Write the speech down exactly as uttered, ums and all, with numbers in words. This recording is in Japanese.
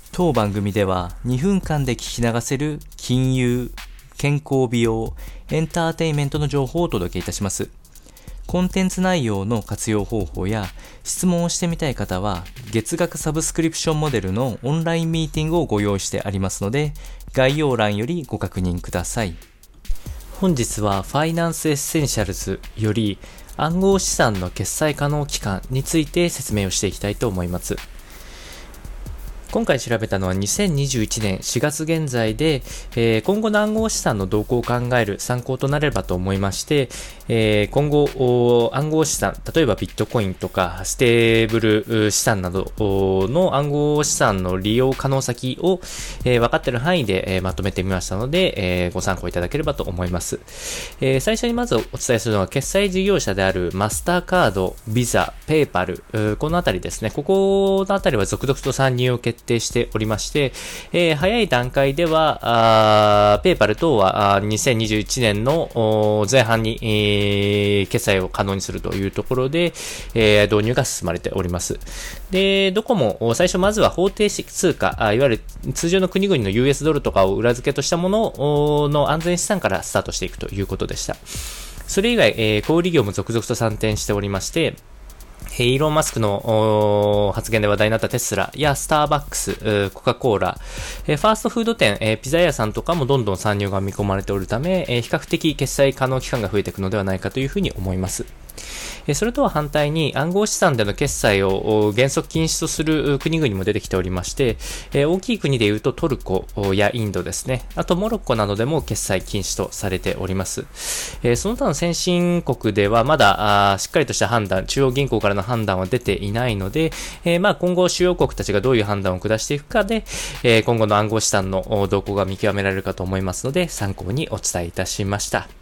当番組ではにふんかんで聞き流せる金融、健康美容、エンターテインメントの情報をお届けいたします。コンテンツ内容の活用方法や質問をしてみたい方は月額サブスクリプションモデルのオンラインミーティングをご用意してありますので、概要欄よりご確認ください。本日はファイナンスエッセンシャルズより暗号資産の決済可能期間について説明をしていきたいと思います。今回調べたのはにせんにじゅういちねんしがつ現在で、えー、今後の暗号資産の動向を考える参考となればと思いまして、えー、今後暗号資産、例えばビットコインとかステーブル資産などの暗号資産の利用可能先を、えー、分かっている範囲で、えー、まとめてみましたので、えー、ご参考いただければと思います。えー、最初にまずお伝えするのは決済事業者であるマスターカード、ビザ、ペイパル、このあたりですね。ここのあたりは続々と参入を決定定しておりまして、えー、早い段階ではペイパル等はにせんにじゅういちねんの前半に、えー、決済を可能にするというところで、えー、導入が進まれております。で、どこも最初まずは法定通貨、いわゆる通常の国々の ユーエス ドルとかを裏付けとしたものの安全資産からスタートしていくということでした。それ以外、えー、小売業も続々と参展しておりまして、イーロン・マスクの発言で話題になったテスラやスターバックス、コカ・コーラ、ファーストフード店、ピザ屋さんとかもどんどん参入が見込まれておるため、比較的決済可能期間が増えていくのではないかというふうに思います。それとは反対に暗号資産での決済を原則禁止とする国々も出てきておりまして、大きい国でいうとトルコやインドですね、あとモロッコなどでも決済禁止とされております。その他の先進国ではまだしっかりとした判断、中央銀行からの判断は出ていないので、まあ今後主要国たちがどういう判断を下していくかで、今後の暗号資産の動向が見極められるかと思いますので、参考にお伝えいたしました。